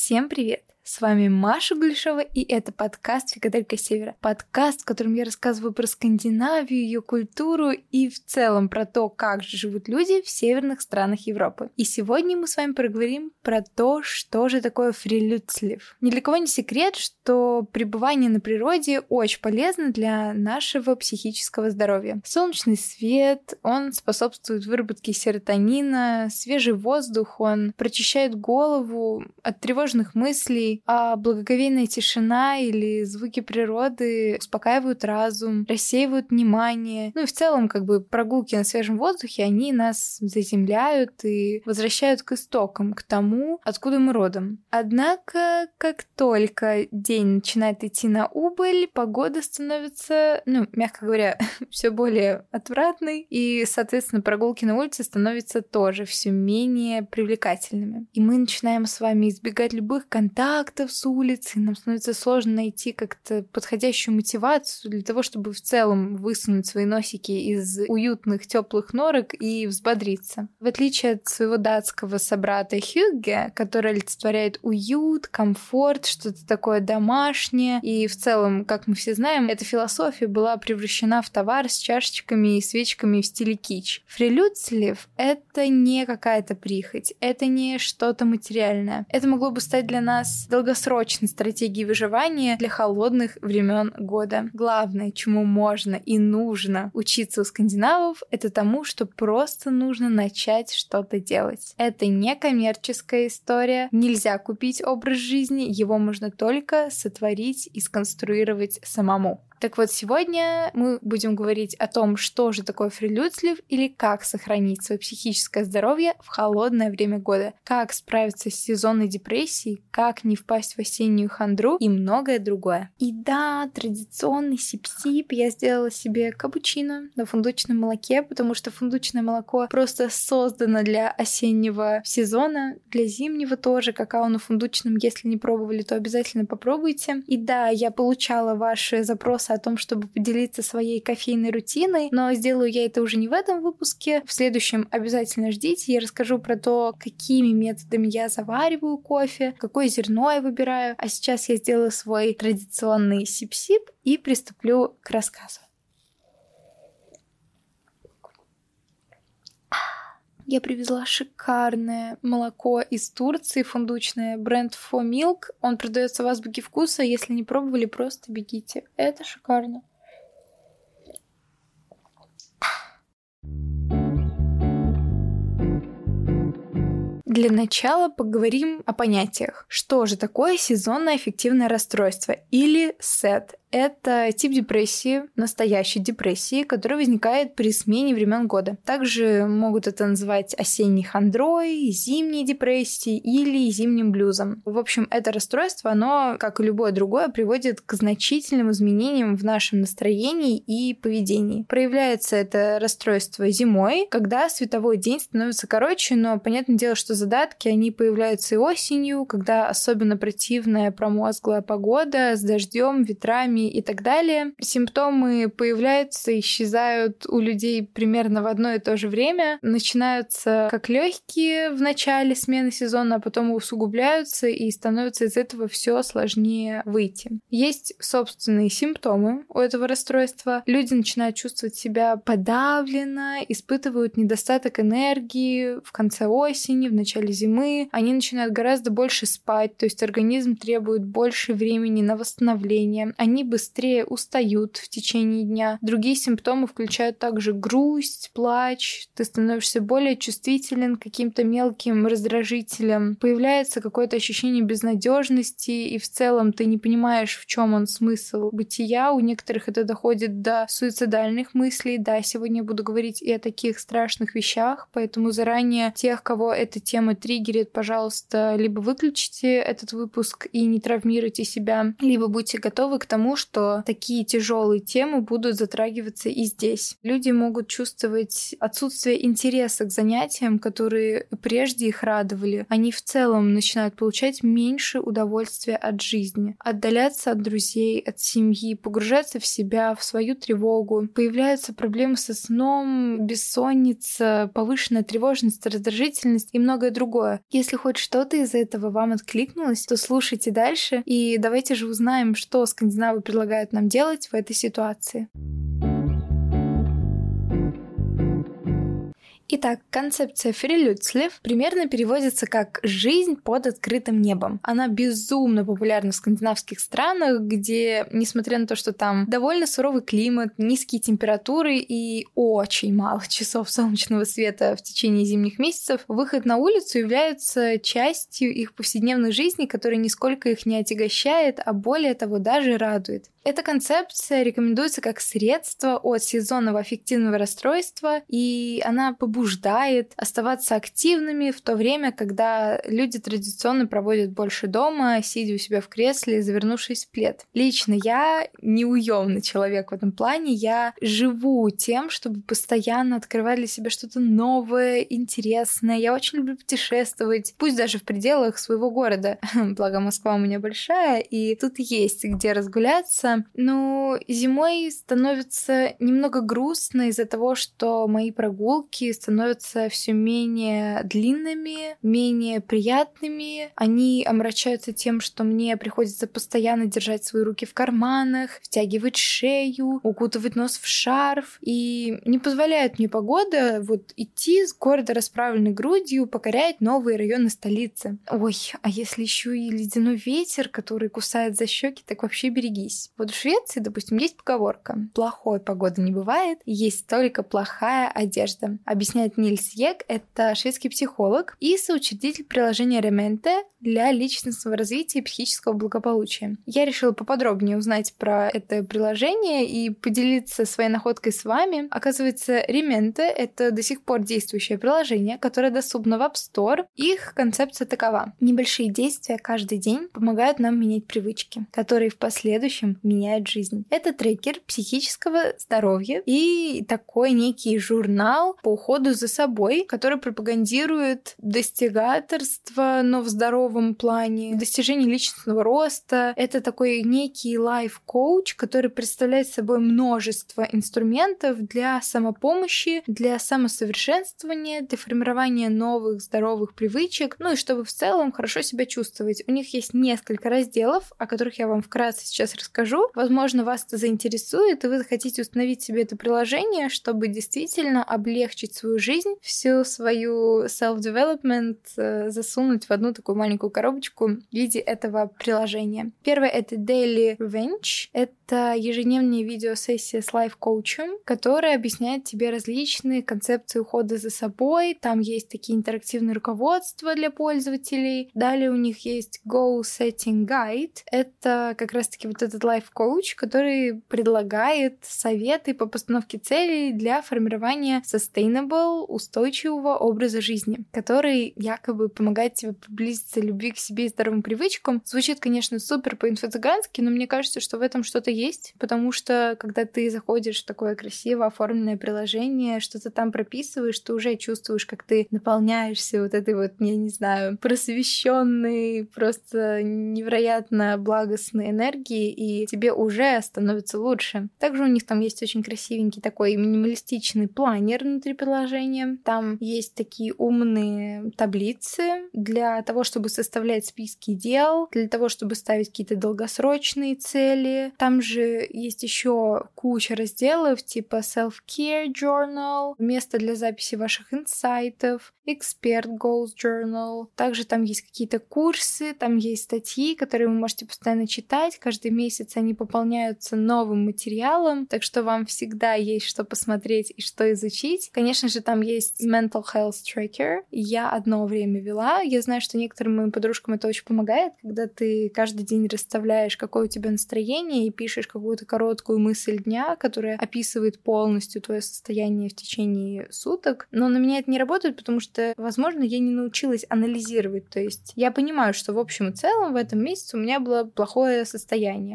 Всем привет! С вами Маша Гульшова, и это подкаст «Фрикаделька Севера». Подкаст, в котором я рассказываю про Скандинавию, ее культуру и в целом про то, как же живут люди в северных странах Европы. И сегодня мы с вами поговорим про то, что же такое фрилюдслив. Ни для кого не секрет, что пребывание на природе очень полезно для нашего психического здоровья. Солнечный свет, он способствует выработке серотонина, свежий воздух, он прочищает голову от тревожных мыслей, а благоговейная тишина или звуки природы успокаивают разум, рассеивают внимание. Ну и в целом, прогулки на свежем воздухе, они нас заземляют и возвращают к истокам, к тому, откуда мы родом. Однако, как только день начинает идти на убыль, погода становится, мягко говоря, все более отвратной, и, соответственно, прогулки на улице становятся тоже все менее привлекательными. И мы начинаем с вами избегать любых контактов с улицы, нам становится сложно найти как-то подходящую мотивацию для того, чтобы в целом высунуть свои носики из уютных теплых норок и взбодриться. В отличие от своего датского собрата Хюгге, который олицетворяет уют, комфорт, что-то такое домашнее, и в целом, как мы все знаем, эта философия была превращена в товар с чашечками и свечками в стиле кич. Фрилюдслив — это не какая-то прихоть, это не что-то материальное. Это могло бы стать для нас долгосрочной стратегией выживания для холодных времен года. Главное, чему можно и нужно учиться у скандинавов, это тому, что просто нужно начать что-то делать. Это не коммерческая история, нельзя купить образ жизни, его можно только сотворить и сконструировать самому. Так вот, сегодня мы будем говорить о том, что же такое фрилюдслив или как сохранить свое психическое здоровье в холодное время года, как справиться с сезонной депрессией, как не впасть в осеннюю хандру и многое другое. И да, традиционный сип-сип, я сделала себе капучино на фундучном молоке, потому что фундучное молоко просто создано для осеннего сезона, для зимнего тоже. Какао на фундучном, если не пробовали, то обязательно попробуйте. И да, я получала ваши запросы о том, чтобы поделиться своей кофейной рутиной, но сделаю я это уже не в этом выпуске. В следующем обязательно ждите, я расскажу про то, какими методами я завариваю кофе, какое зерно я выбираю. А сейчас я сделаю свой традиционный сип-сип и приступлю к рассказу. Я привезла шикарное молоко из Турции, фундучное, бренд For Milk. Он продается в Азбуке Вкуса. Если не пробовали, просто бегите. Это шикарно. Для начала поговорим о понятиях. Что же такое сезонное аффективное расстройство или СЭД? Это тип депрессии, настоящей депрессии, которая возникает при смене времен года. Также могут это называть осенней хандрой, зимней депрессией или зимним блюзом. В общем, это расстройство, оно, как и любое другое, приводит к значительным изменениям в нашем настроении и поведении. Проявляется это расстройство зимой, когда световой день становится короче, но понятное дело, что задатки, они появляются и осенью, когда особенно противная промозглая погода с дождем, ветрами и так далее. Симптомы появляются, исчезают у людей примерно в одно и то же время. Начинаются как легкие в начале смены сезона, а потом усугубляются, и становится из этого все сложнее выйти. Есть собственные симптомы у этого расстройства. Люди начинают чувствовать себя подавленно, испытывают недостаток энергии в конце осени, в начале зимы. Они начинают гораздо больше спать, то есть организм требует больше времени на восстановление. Они быстрее устают в течение дня. Другие симптомы включают также грусть, плач. Ты становишься более чувствителен к каким-то мелким раздражителям. Появляется какое-то ощущение безнадежности, и в целом ты не понимаешь, в чем он смысл бытия. У некоторых это доходит до суицидальных мыслей. Да, сегодня я буду говорить и о таких страшных вещах, поэтому заранее тех, кого эта тема триггерит, пожалуйста, либо выключите этот выпуск и не травмируйте себя, либо будьте готовы к тому, что такие тяжелые темы будут затрагиваться и здесь. Люди могут чувствовать отсутствие интереса к занятиям, которые прежде их радовали. Они в целом начинают получать меньше удовольствия от жизни, отдаляться от друзей, от семьи, погружаться в себя, в свою тревогу. Появляются проблемы со сном, бессонница, повышенная тревожность, раздражительность и многое другое. Если хоть что-то из этого вам откликнулось, то слушайте дальше и давайте же узнаем, что скандинавы предлагают нам делать в этой ситуации. Итак, концепция фрилюдслив примерно переводится как «жизнь под открытым небом». Она безумно популярна в скандинавских странах, где, несмотря на то, что там довольно суровый климат, низкие температуры и очень мало часов солнечного света в течение зимних месяцев, выход на улицу является частью их повседневной жизни, которая нисколько их не отягощает, а более того, даже радует. Эта концепция рекомендуется как средство от сезонного аффективного расстройства, и она побуждает оставаться активными в то время, когда люди традиционно проводят больше дома, сидя у себя в кресле, завернувшись в плед. Лично я неуемный человек в этом плане. Я живу тем, чтобы постоянно открывать для себя что-то новое, интересное. Я очень люблю путешествовать, пусть даже в пределах своего города. Благо, Москва у меня большая, и тут есть где разгуляться. Но зимой становится немного грустно из-за того, что мои прогулки становятся все менее длинными, менее приятными. Они омрачаются тем, что мне приходится постоянно держать свои руки в карманах, втягивать шею, укутывать нос в шарф. И не позволяет мне погода идти с гордо расправленной грудью, покорять новые районы столицы. Ой, а если еще и ледяной ветер, который кусает за щеки, так вообще берегись. В Швеции, допустим, есть поговорка: плохой погоды не бывает, есть только плохая одежда. Объясняет Нильс Йек, это шведский психолог и соучредитель приложения Ременте для личностного развития и психического благополучия. Я решила поподробнее узнать про это приложение и поделиться своей находкой с вами. Оказывается, Ременте — это до сих пор действующее приложение, которое доступно в App Store. Их концепция такова: небольшие действия каждый день помогают нам менять привычки, которые в последующем меняют жизнь. Это трекер психического здоровья и такой некий журнал по уходу за собой, который пропагандирует достигаторство, но в здоровом плане, достижение личностного роста. Это такой некий лайф-коуч, который представляет собой множество инструментов для самопомощи, для самосовершенствования, для формирования новых здоровых привычек, ну и чтобы в целом хорошо себя чувствовать. У них есть несколько разделов, о которых я вам вкратце сейчас расскажу. Возможно, вас это заинтересует, и вы захотите установить себе это приложение, чтобы действительно облегчить свою жизнь, всю свою self-development засунуть в одну такую маленькую коробочку в виде этого приложения. Первое — это Daily Revenge. Это ежедневная видеосессия с лайф-коучем, которая объясняет тебе различные концепции ухода за собой. Там есть такие интерактивные руководства для пользователей. Далее у них есть Goal Setting Guide. Это как раз-таки этот лайф-коуч, который предлагает советы по постановке целей для формирования sustainable, устойчивого образа жизни, который якобы помогает тебе приблизиться к любви к себе и здоровым привычкам. Звучит, конечно, супер по-инфо-цыгански, но мне кажется, что в этом что-то есть, потому что когда ты заходишь в такое красиво оформленное приложение, что-то там прописываешь, ты уже чувствуешь, как ты наполняешься этой я не знаю, просвещенной, просто невероятно благостной энергией, и тебе уже становится лучше. Также у них там есть очень красивенький такой минималистичный планер внутри приложения. Там есть такие умные таблицы для того, чтобы составлять списки дел, для того, чтобы ставить какие-то долгосрочные цели. Там же есть еще куча разделов типа Self-Care Journal, место для записи ваших инсайтов, Expert Goals Journal. Также там есть какие-то курсы, там есть статьи, которые вы можете постоянно читать. Каждый месяц они пополняются новым материалом, так что вам всегда есть что посмотреть и что изучить. Конечно же, там есть Mental Health Tracker. Я одно время вела. Я знаю, что некоторым моим подружкам это очень помогает, когда ты каждый день расставляешь, какое у тебя настроение, и пишешь какую-то короткую мысль дня, которая описывает полностью твое состояние в течение суток. Но на меня это не работает, потому что, возможно, я не научилась анализировать. То есть я понимаю, что в общем и целом в этом месяце у меня было плохое состояние. Потом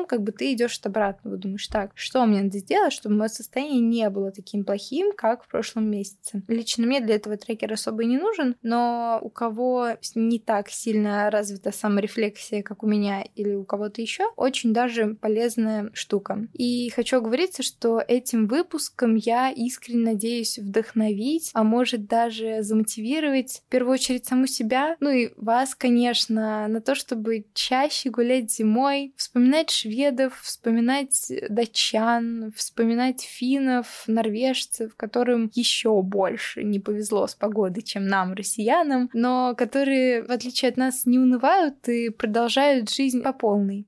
потом как бы ты идешь от обратного, думаешь, так, что мне надо сделать, чтобы мое состояние не было таким плохим, как в прошлом месяце. Лично мне для этого трекер особо и не нужен, но у кого не так сильно развита саморефлексия, как у меня или у кого-то еще, очень даже полезная штука. И хочу оговориться, что этим выпуском я искренне надеюсь вдохновить, а может даже замотивировать в первую очередь саму себя, ну и вас, конечно, на то, чтобы чаще гулять зимой, вспоминать шведов, вспоминать датчан, вспоминать финнов, норвежцев, которым еще больше не повезло с погодой, чем нам, россиянам, но которые, в отличие от нас, не унывают и продолжают жизнь по полной.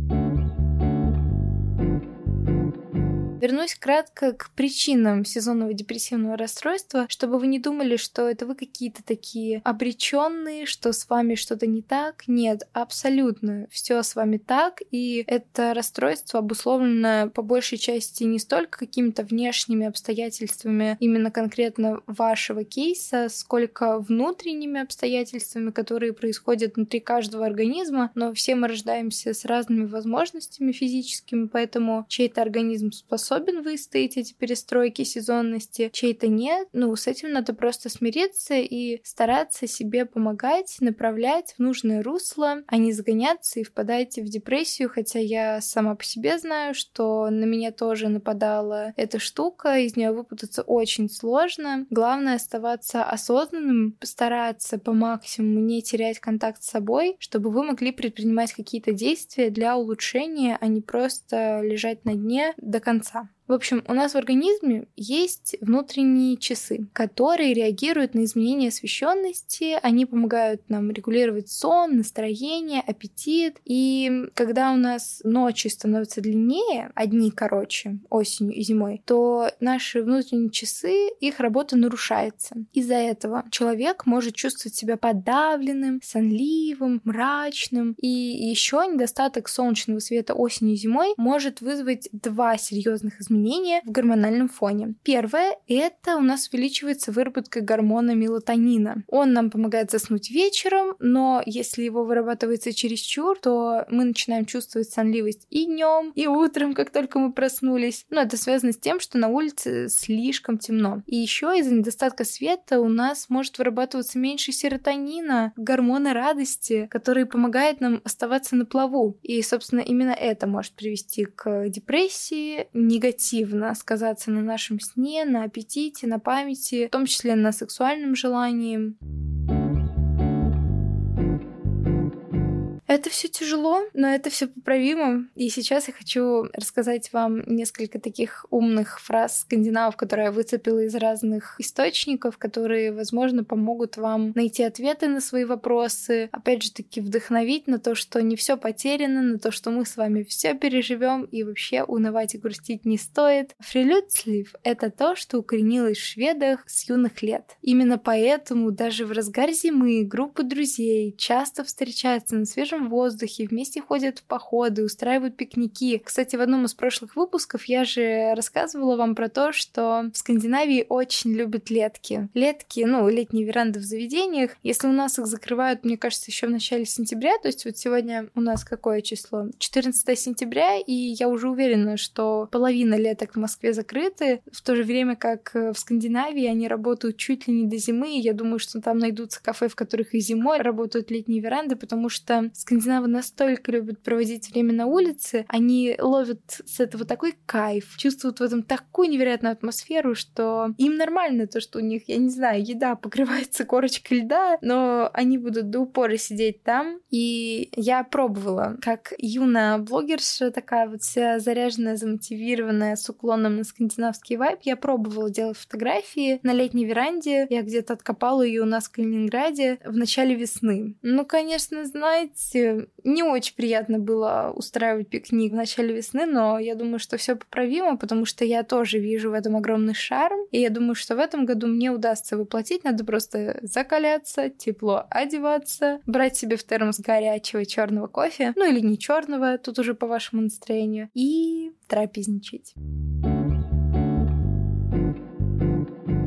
Вернусь кратко к причинам сезонного депрессивного расстройства, чтобы вы не думали, что это вы какие-то такие обреченные, что с вами что-то не так. Нет, абсолютно все с вами так, и это расстройство обусловлено по большей части не столько какими-то внешними обстоятельствами именно конкретно вашего кейса, сколько внутренними обстоятельствами, которые происходят внутри каждого организма, но все мы рождаемся с разными возможностями физическими, поэтому чей-то организм способен выстоять эти перестройки сезонности, чей-то нет. Ну, с этим надо просто смириться и стараться себе помогать, направлять в нужное русло, а не загоняться и впадать в депрессию, хотя я сама по себе знаю, что на меня тоже нападала эта штука, из нее выпутаться очень сложно. Главное оставаться осознанным, постараться по максимуму не терять контакт с собой, чтобы вы могли предпринимать какие-то действия для улучшения, а не просто лежать на дне до конца. В общем, у нас в организме есть внутренние часы, которые реагируют на изменения освещенности, они помогают нам регулировать сон, настроение, аппетит. И когда у нас ночи становятся длиннее, а дни короче, осенью и зимой, то наши внутренние часы, их работа нарушается. Из-за этого человек может чувствовать себя подавленным, сонливым, мрачным. И еще недостаток солнечного света осенью и зимой может вызвать два серьезных изменения в гормональном фоне. Первое — это у нас увеличивается выработка гормона мелатонина. Он нам помогает заснуть вечером, но если его вырабатывается чересчур, то мы начинаем чувствовать сонливость и днем, и утром, как только мы проснулись. Но это связано с тем, что на улице слишком темно. И еще из-за недостатка света у нас может вырабатываться меньше серотонина, гормона радости, который помогает нам оставаться на плаву. И, собственно, именно это может привести к депрессии, негативно сказаться на нашем сне, на аппетите, на памяти, в том числе на сексуальном желании. Это все тяжело, но это все поправимо. И сейчас я хочу рассказать вам несколько таких умных фраз скандинавов, которые я выцепила из разных источников, которые, возможно, помогут вам найти ответы на свои вопросы. Опять же таки, вдохновить на то, что не все потеряно, на то, что мы с вами все переживем и вообще унывать и грустить не стоит. Фрилюдслив — это то, что укоренилось в шведах с юных лет. Именно поэтому даже в разгар зимы группы друзей часто встречаются на свежем воздухе, вместе ходят в походы, устраивают пикники. Кстати, в одном из прошлых выпусков я же рассказывала вам про то, что в Скандинавии очень любят летки. Летки, летние веранды в заведениях. Если у нас их закрывают, мне кажется, еще в начале сентября, то есть вот сегодня у нас какое число? 14 сентября, и я уже уверена, что половина леток в Москве закрыты, в то же время как в Скандинавии они работают чуть ли не до зимы, и я думаю, что там найдутся кафе, в которых и зимой работают летние веранды, потому что скандинавы настолько любят проводить время на улице, они ловят с этого такой кайф, чувствуют в этом такую невероятную атмосферу, что им нормально то, что у них, я не знаю, еда покрывается корочкой льда, но они будут до упора сидеть там. И я пробовала, как юная блогерша, такая вот вся заряженная, замотивированная, с уклоном на скандинавский вайб, я пробовала делать фотографии на летней веранде. Я где-то откопала ее у нас в Калининграде в начале весны. Конечно, знаете, не очень приятно было устраивать пикник в начале весны, но я думаю, что все поправимо, потому что я тоже вижу в этом огромный шарм, и я думаю, что в этом году мне удастся воплотить. Надо просто закаляться, тепло одеваться, брать себе в термос горячего черного кофе, или не черного, тут уже по вашему настроению, и трапезничать.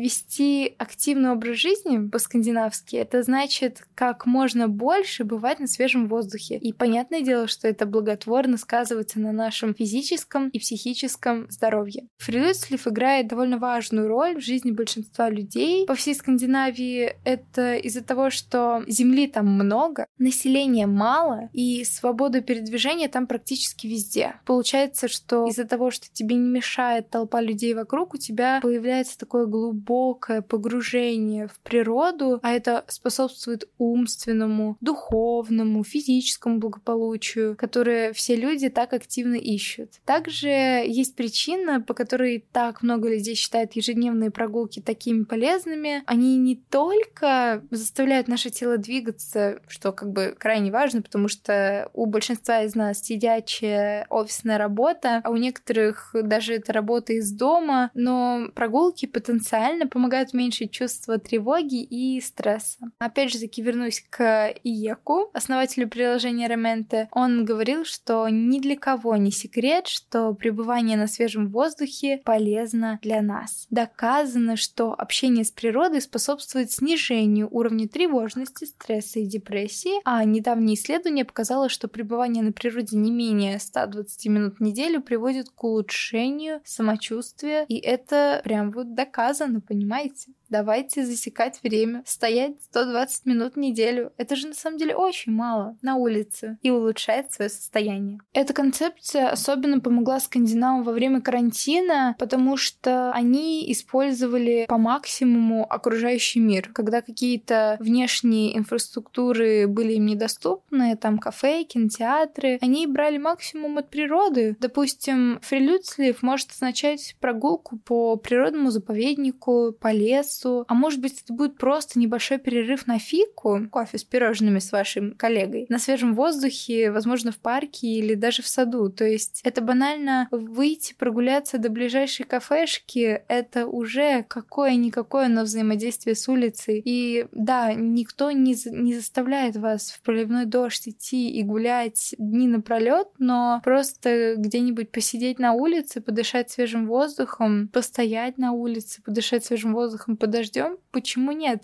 вести активный образ жизни по-скандинавски, это значит как можно больше бывать на свежем воздухе. И понятное дело, что это благотворно сказывается на нашем физическом и психическом здоровье. Фрилюдслив играет довольно важную роль в жизни большинства людей по всей Скандинавии. Это из-за того, что земли там много, населения мало, и свобода передвижения там практически везде. Получается, что из-за того, что тебе не мешает толпа людей вокруг, у тебя появляется такое глубокое погружение в природу, а это способствует умственному, духовному, физическому благополучию, которое все люди так активно ищут. Также есть причина, по которой так много людей считают ежедневные прогулки такими полезными. Они не только заставляют наше тело двигаться, что как бы крайне важно, потому что у большинства из нас сидячая офисная работа, а у некоторых даже это работа из дома, но прогулки потенциально помогают уменьшить чувство тревоги и стресса. Опять же таки вернусь к Иеку, основателю приложения Ременте. Он говорил, что ни для кого не секрет, что пребывание на свежем воздухе полезно для нас. Доказано, что общение с природой способствует снижению уровня тревожности, стресса и депрессии, а недавнее исследование показало, что пребывание на природе не менее 120 минут в неделю приводит к улучшению самочувствия, и это прям вот доказано, понимаете? Давайте засекать время, стоять 120 минут в неделю. Это же на самом деле очень мало на улице и улучшает свое состояние. Эта концепция особенно помогла скандинавам во время карантина, потому что они использовали по максимуму окружающий мир. Когда какие-то внешние инфраструктуры были им недоступны, там кафе, кинотеатры, они брали максимум от природы. Допустим, фрилюдслив может означать прогулку по природному заповеднику, по лесу, а может быть, это будет просто небольшой перерыв на фику, кофе с пирожными с вашим коллегой, на свежем воздухе, возможно, в парке или даже в саду. То есть это банально выйти, прогуляться до ближайшей кафешки, это уже какое-никакое, но взаимодействие с улицей. И да, никто не заставляет вас в проливной дождь идти и гулять дни напролёт, но просто где-нибудь посидеть на улице, подышать свежим воздухом, постоять на улице, подышать свежим воздухом, подождем, почему нет?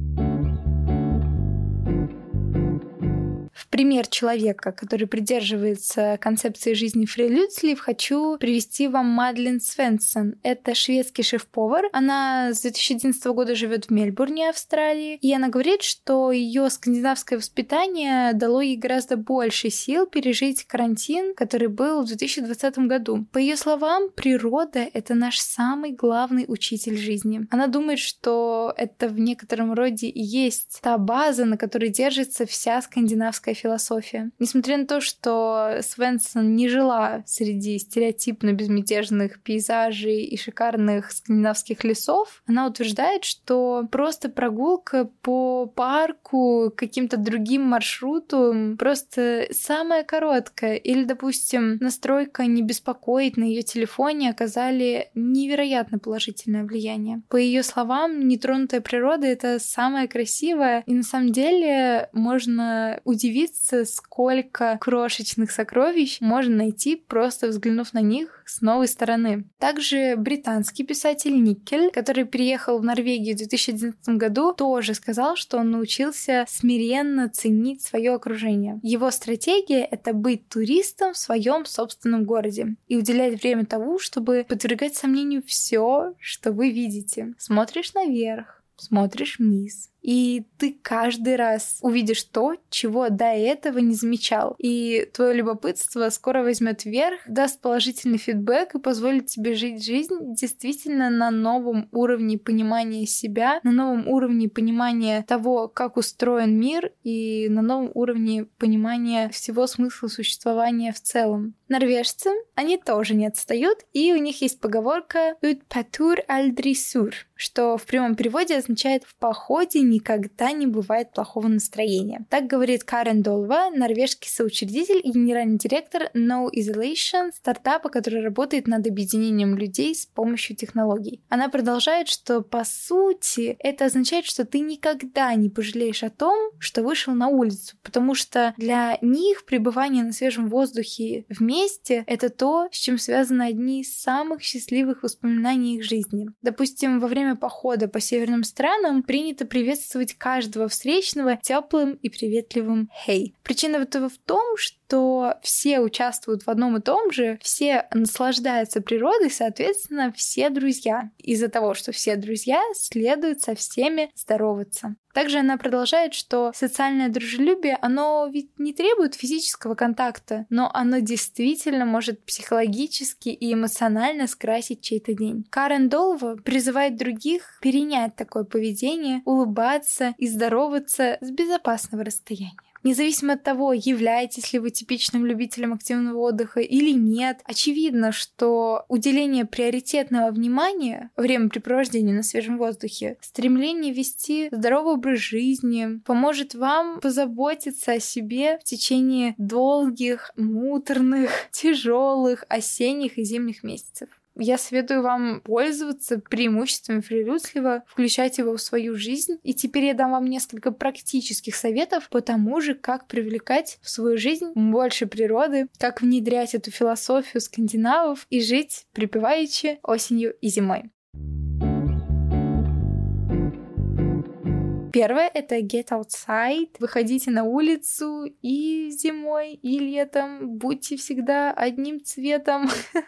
В пример человека, который придерживается концепции жизни фрилюдслив, хочу привести вам Мадлен Свенсон. Это шведский шеф-повар. Она с 2011 года живет в Мельбурне, Австралии. И она говорит, что ее скандинавское воспитание дало ей гораздо больше сил пережить карантин, который был в 2020 году. По ее словам, природа — это наш самый главный учитель жизни. Она думает, что это в некотором роде и есть та база, на которой держится вся скандинавская философия. Несмотря на то, что Свенсон не жила среди стереотипно безмятежных пейзажей и шикарных скандинавских лесов, она утверждает, что просто прогулка по парку, каким-то другим маршруту, просто самая короткая. Или, допустим, настройка «Не беспокоить» на ее телефоне оказали невероятно положительное влияние. По ее словам, нетронутая природа — это самое красивое, и на самом деле можно удивиться, сколько крошечных сокровищ можно найти, просто взглянув на них с новой стороны. Также британский писатель Никкель, который переехал в Норвегию в 2011 году, тоже сказал, что он научился смиренно ценить свое окружение. Его стратегия — это быть туристом в своем собственном городе и уделять время тому, чтобы подвергать сомнению все, что вы видите. Смотришь наверх, смотришь вниз, и ты каждый раз увидишь то, чего до этого не замечал. И твое любопытство скоро возьмет верх, даст положительный фидбэк и позволит тебе жить жизнь действительно на новом уровне понимания себя, на новом уровне понимания того, как устроен мир, и на новом уровне понимания всего смысла существования в целом. Норвежцы, они тоже не отстают, и у них есть поговорка «Ut patur aldri sur», что в прямом переводе означает «в походе никогда не бывает плохого настроения. Так говорит Карен Долва, норвежский соучредитель и генеральный директор No Isolation, стартапа, который работает над объединением людей с помощью технологий. Она продолжает, что по сути это означает, что ты никогда не пожалеешь о том, что вышел на улицу, потому что для них пребывание на свежем воздухе вместе — это то, с чем связаны одни из самых счастливых воспоминаний их жизни. Допустим, во время похода по северным странам принято приветствовать каждого встречного теплым и приветливым «Хей». Причина этого в том, что все участвуют в одном и том же, все наслаждаются природой, соответственно, все друзья. Из-за того, что все друзья, следует со всеми здороваться. Также она продолжает, что социальное дружелюбие, оно ведь не требует физического контакта, но оно действительно может психологически и эмоционально скрасить чей-то день. Карен Долва призывает других перенять такое поведение, улыбаться и здороваться с безопасного расстояния. Независимо от того, являетесь ли вы типичным любителем активного отдыха или нет, очевидно, что уделение приоритетного внимания времяпрепровождению на свежем воздухе, стремление вести здоровый образ жизни поможет вам позаботиться о себе в течение долгих, муторных, тяжелых осенних и зимних месяцев. Я советую вам пользоваться преимуществами фрирюслива, включать его в свою жизнь. И теперь я дам вам несколько практических советов по тому же, как привлекать в свою жизнь больше природы, как внедрять эту философию скандинавов и жить припеваючи осенью и зимой. Первое — это get outside. Выходите на улицу и зимой, и летом. Будьте всегда одним цветом.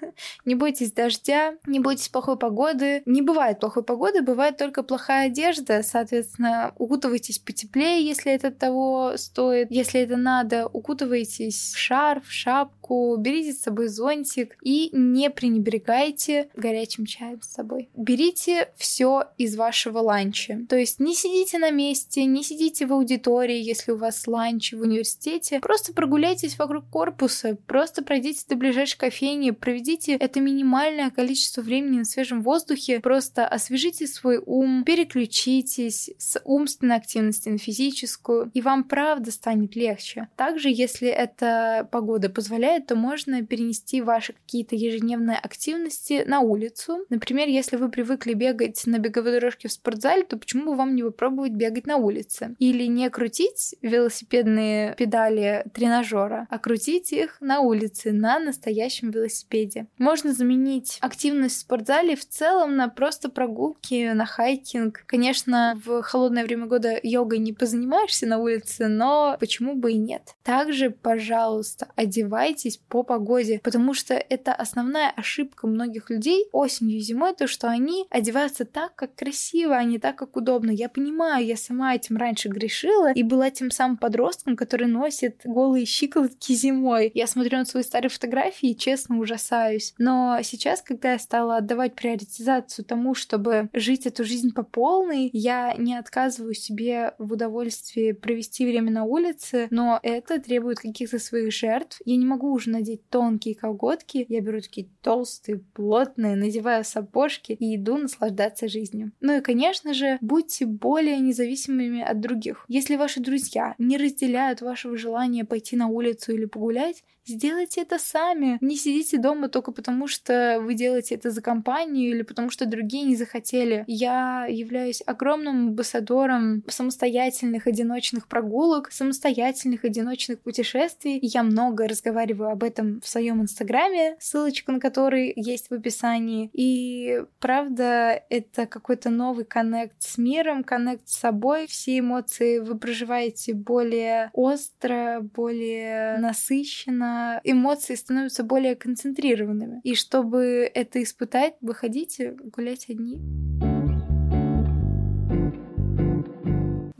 Не бойтесь дождя, не бойтесь плохой погоды. Не бывает плохой погоды, бывает только плохая одежда. Соответственно, укутывайтесь потеплее, если это того стоит. Если это надо, укутывайтесь в шарф, в шапку, берите с собой зонтик и не пренебрегайте горячим чаем с собой. Берите все из вашего ланча. То есть не сидите на месте, не сидите в аудитории, если у вас ланч в университете. Просто прогуляйтесь вокруг корпуса, просто пройдите до ближайшей кофейни, проведите это минимальное количество времени на свежем воздухе, просто освежите свой ум, переключитесь с умственной активности на физическую, и вам правда станет легче. Также, если эта погода позволяет, то можно перенести ваши какие-то ежедневные активности на улицу. Например, если вы привыкли бегать на беговой дорожке в спортзале, то почему бы вам не попробовать бегать на улице? Или не крутить велосипедные педали тренажера, а крутить их на улице, на настоящем велосипеде. Можно заменить активность в спортзале в целом на просто прогулки, на хайкинг. Конечно, в холодное время года йогой не позанимаешься на улице, но почему бы и нет? Также, пожалуйста, одевайтесь по погоде, потому что это основная ошибка многих людей осенью и зимой, то, что они одеваются так, как красиво, а не так, как удобно. Я понимаю, я сама этим раньше грешила и была тем самым подростком, который носит голые щиколотки зимой. Я смотрю на свои старые фотографии и честно ужасаюсь. Но сейчас, когда я стала отдавать приоритизацию тому, чтобы жить эту жизнь по полной, я не отказываю себе в удовольствии провести время на улице, но это требует каких-то своих жертв. Я не могу уже надеть тонкие колготки, я беру такие толстые, плотные, надеваю сапожки и иду наслаждаться жизнью. Ну и, конечно же, будьте более независимыми от других. Если ваши друзья не разделяют вашего желания пойти на улицу или погулять, сделайте это сами. Не сидите дома только потому, что вы делаете это за компанию или потому, что другие не захотели. Я являюсь огромным амбассадором самостоятельных одиночных прогулок, самостоятельных одиночных путешествий. Я много разговариваю об этом в своем инстаграме, ссылочка на который есть в описании. И правда, это какой-то новый коннект с миром, коннект с собой. Все эмоции вы проживаете более остро, более насыщенно. Эмоции становятся более концентрированными. И чтобы это испытать, выходите гулять одни.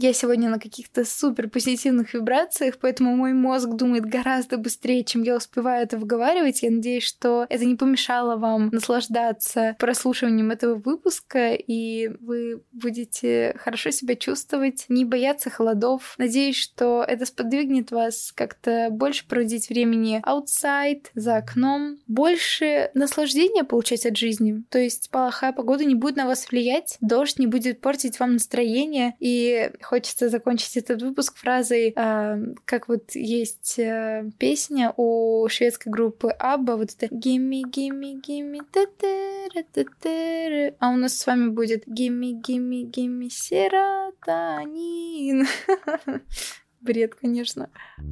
Я сегодня на каких-то супер позитивных вибрациях, поэтому мой мозг думает гораздо быстрее, чем я успеваю это выговаривать. Я надеюсь, что это не помешало вам наслаждаться прослушиванием этого выпуска, и вы будете хорошо себя чувствовать, не бояться холодов. Надеюсь, что это сподвигнет вас как-то больше проводить времени outside, за окном, больше наслаждения получать от жизни. То есть плохая погода не будет на вас влиять, дождь не будет портить вам настроение. И хочется закончить этот выпуск фразой, как вот есть песня у шведской группы Абба, вот это «Gimme, gimme, gimme, та-та-ра-та-та-ра». А у нас с вами будет «Gimme, gimme, gimme, серотонин». Бред, конечно.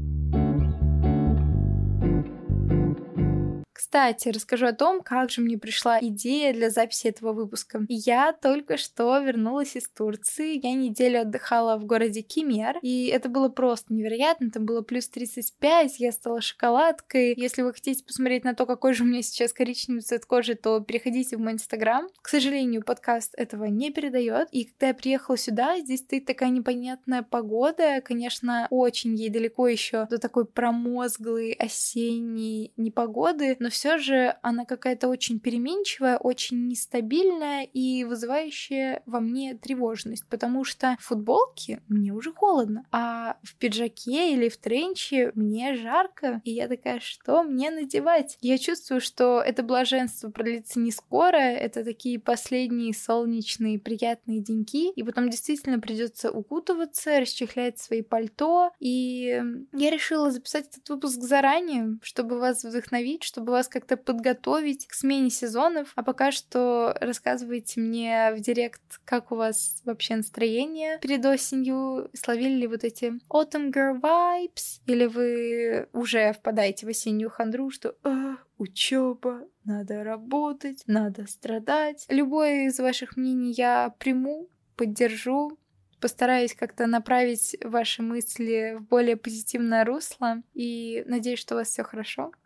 Кстати, расскажу о том, как же мне пришла идея для записи этого выпуска. Я только что вернулась из Турции. Я неделю отдыхала в городе Кемер, и это было просто невероятно. Там было плюс 35, я стала шоколадкой. Если вы хотите посмотреть на то, какой же у меня сейчас коричневый цвет кожи, то переходите в мой инстаграм. К сожалению, подкаст этого не передает. И когда я приехала сюда, здесь стоит такая непонятная погода. Конечно, очень ей далеко еще до такой промозглой осенней непогоды, но все же она какая-то очень переменчивая, очень нестабильная и вызывающая во мне тревожность, потому что в футболке мне уже холодно, а в пиджаке или в тренче мне жарко, и я такая, что мне надевать? Я чувствую, что это блаженство продлится не скоро, это такие последние солнечные приятные деньки, и потом действительно придется укутываться, расчехлять свои пальто, и я решила записать этот выпуск заранее, чтобы вас вдохновить, чтобы вас как-то подготовить к смене сезонов. А пока что рассказывайте мне в директ, как у вас вообще настроение перед осенью. Словили ли вот эти autumn girl vibes? Или вы уже впадаете в осеннюю хандру, что учеба, надо работать, надо страдать. Любое из ваших мнений я приму, поддержу. Постараюсь как-то направить ваши мысли в более позитивное русло. И надеюсь, что у вас все хорошо.